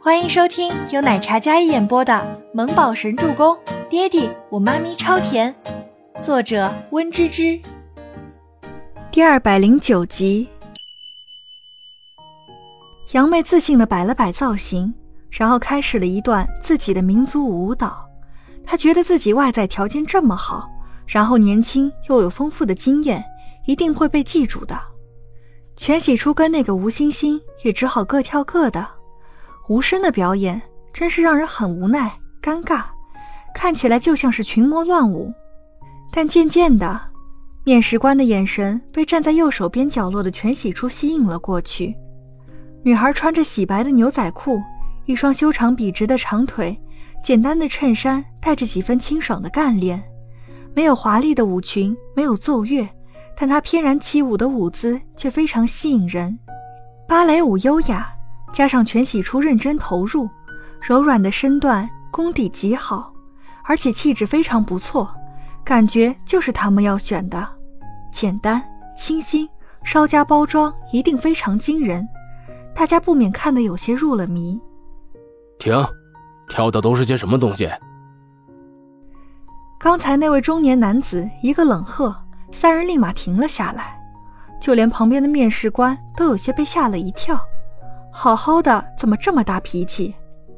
欢迎收听由奶茶嘉一演播的《萌宝神助攻》，爹地我妈咪超甜，作者温芝芝。第209集。杨妹自信地摆了摆造型，然后开始了一段自己的民族舞蹈。她觉得自己外在条件这么好，然后年轻又有丰富的经验，一定会被记住的。全喜初跟那个吴欣欣也只好各跳各的。无声的表演真是让人很无奈尴尬，看起来就像是群魔乱舞。但渐渐的，面试官的眼神被站在右手边角落的全喜初吸引了过去。女孩穿着洗白的牛仔裤，一双修长笔直的长腿，简单的衬衫带着几分清爽的干练，没有华丽的舞裙，没有奏乐，但她翩然起舞的舞姿却非常吸引人。芭蕾舞优雅，加上全喜初认真投入，柔软的身段功底极好，而且气质非常不错，感觉就是他们要选的。简单清新，稍加包装一定非常惊人，大家不免看得有些入了迷。 停，跳的都是些什么东西？ 刚才那位中年男子一个冷喝，三人立马停了下来，就连旁边的面试官都有些被吓了一跳。好好的怎么这么大脾气？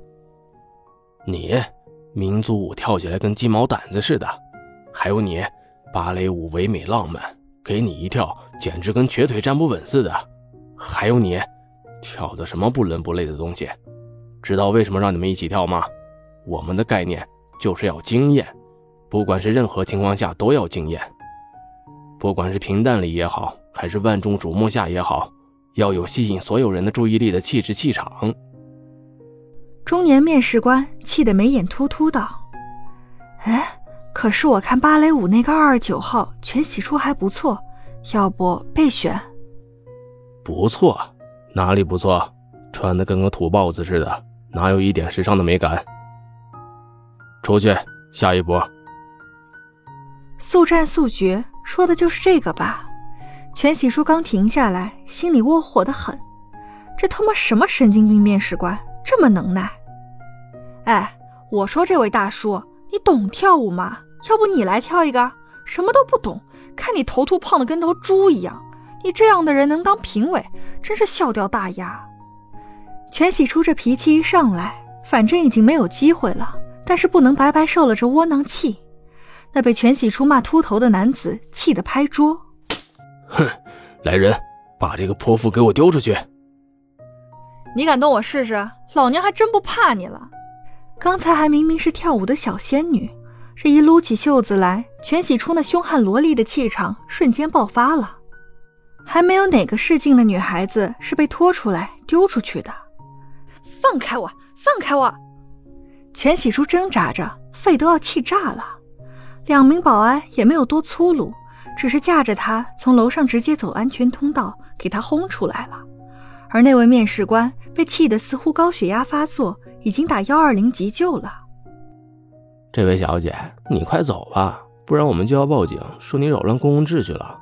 你民族舞跳起来跟鸡毛掸子似的，还有你芭蕾舞唯美浪漫，给你一跳简直跟瘸腿站不稳似的，还有你跳的什么不伦不类的东西。知道为什么让你们一起跳吗？我们的概念就是要惊艳，不管是任何情况下都要惊艳，不管是平淡里也好，还是万众瞩目下也好，要有吸引所有人的注意力的气质气场。 中年面试官气得眉眼突突道：可是我看芭蕾舞那个229号全喜初还不错，要不备选？ 不错？哪里不错？穿得跟个土包子似的，哪有一点时尚的美感？出去，下一波。 速战速决，说的就是这个吧？全喜初刚停下来，心里窝火得很。这他妈什么神经病面试官，这么能耐？我说这位大叔，你懂跳舞吗？要不你来跳一个？什么都不懂，看你头秃胖的跟头猪一样，你这样的人能当评委，真是笑掉大牙。全喜初这脾气一上来，反正已经没有机会了，但是不能白白受了这窝囊气。那被全喜初骂秃头的男子气得拍桌。 哼，来人，把这个泼妇给我丢出去！ 你敢动我试试？老娘还真不怕你了。刚才还明明是跳舞的小仙女，这一撸起袖子来，全喜初那凶悍萝莉的气场瞬间爆发了。还没有哪个试镜的女孩子是被拖出来丢出去的。放开我，放开我！全喜初挣扎着，肺都要气炸了。2名保安也没有多粗鲁，只是架着他从楼上直接走安全通道，给他轰出来了。而那位面试官被气得似乎高血压发作，已经打120急救了。 这位小姐，你快走吧，不然我们就要报警，说你扰乱公共秩序了。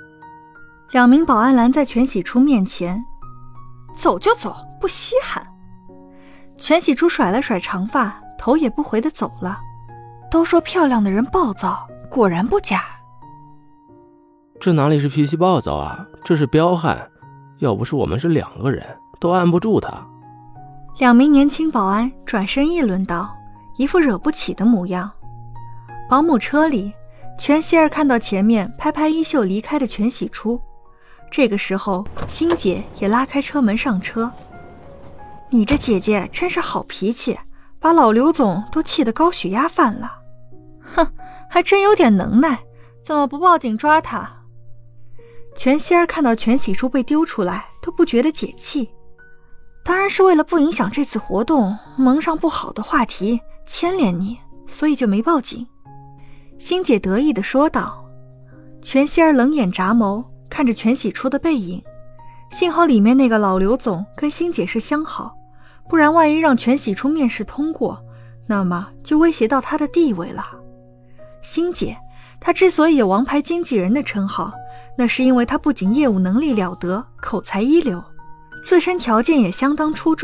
2名保安拦在全喜初面前。走就走，不稀罕。全喜初甩了甩长发，头也不回地走了。都说漂亮的人暴躁，果然不假。 这哪里是脾气暴躁啊，这是彪悍，要不是我们是2个人，都按不住他。 2名年轻保安转身议论道，一副惹不起的模样。保姆车里，全希儿看到前面拍拍衣袖离开的全喜初，这个时候欣姐也拉开车门上车。你这姐姐真是好脾气，把老刘总都气得高血压犯了。哼，还真有点能耐，怎么不报警抓他？全希儿看到全喜初被丢出来都不觉得解气，当然是为了不影响这次活动蒙上不好的话题牵连你，所以就没报警。欣姐得意地说道。全希儿冷眼眨眸看着全喜初的背影，幸好里面那个老刘总跟欣姐是相好，不然万一让全喜初面试通过，那么就威胁到他的地位了。欣姐，她之所以有王牌经纪人的称号，那是因为她不仅业务能力了得，口才一流，自身条件也相当出众，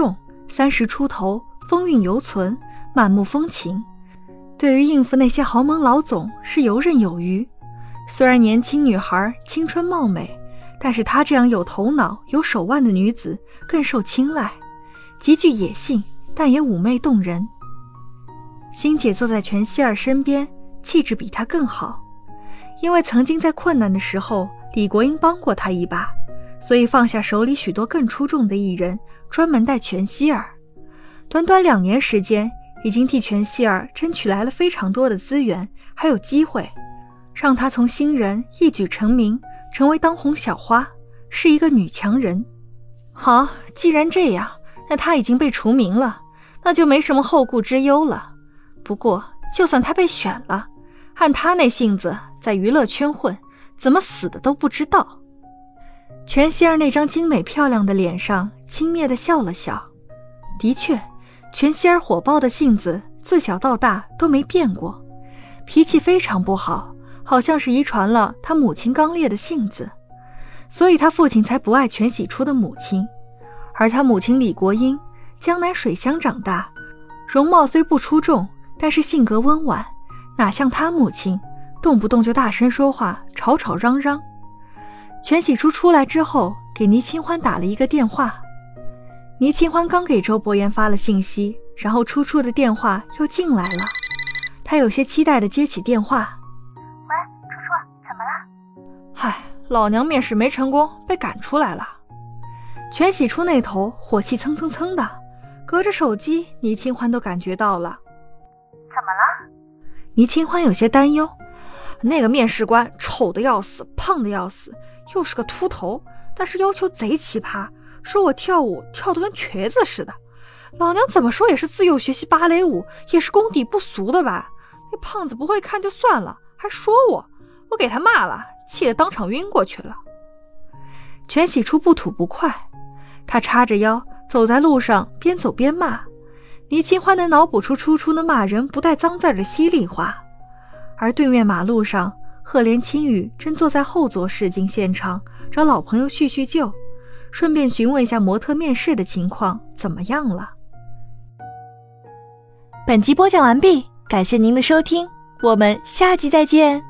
30出头，风韵犹存，满目风情，对于应付那些豪门老总是游刃有余。虽然年轻女孩青春貌美，但是她这样有头脑有手腕的女子更受青睐，极具野性，但也妩媚动人。欣姐坐在全希儿身边，气质比她更好，因为曾经在困难的时候李国英帮过她一把，所以放下手里许多更出众的艺人，专门带全希儿。短短2年时间，已经替全希儿争取来了非常多的资源还有机会，让她从新人一举成名，成为当红小花，是一个女强人。好，既然这样，那她已经被除名了，那就没什么后顾之忧了。不过就算她被选了，按她那性子在娱乐圈混，怎么死的都不知道。全希儿那张精美漂亮的脸上轻蔑地笑了笑。的确，全希儿火爆的性子自小到大都没变过，脾气非常不好，好像是遗传了他母亲刚烈的性子，所以他父亲才不爱全喜初的母亲。而他母亲李国英江南水乡长大，容貌虽不出众，但是性格温婉，哪像他母亲动不动就大声说话，吵吵嚷嚷。全喜初出来之后，给倪清欢打了一个电话。倪清欢刚给周伯言发了信息，然后初初的电话又进来了，他有些期待地接起电话。 喂，初初，怎么了？ 嗨，老娘面试没成功，被赶出来了。全喜初那头火气蹭蹭蹭的，隔着手机倪清欢都感觉到了。 怎么了？ 倪清欢有些担忧，那个面试官丑得要死，胖得要死，又是个秃头，但是要求贼奇葩，说我跳舞跳得跟瘸子似的。老娘怎么说也是自幼学习芭蕾舞，也是功底不俗的吧。那胖子不会看就算了，还说我给他骂了，气得当场晕过去了。全喜初不吐不快，他叉着腰走在路上，边走边骂。倪清欢能脑补出初初的骂人不带脏字的犀利话。而对面马路上，赫连青雨正坐在后座试镜现场，找老朋友叙叙旧，顺便询问一下模特面试的情况怎么样了。本集播讲完毕，感谢您的收听，我们下集再见。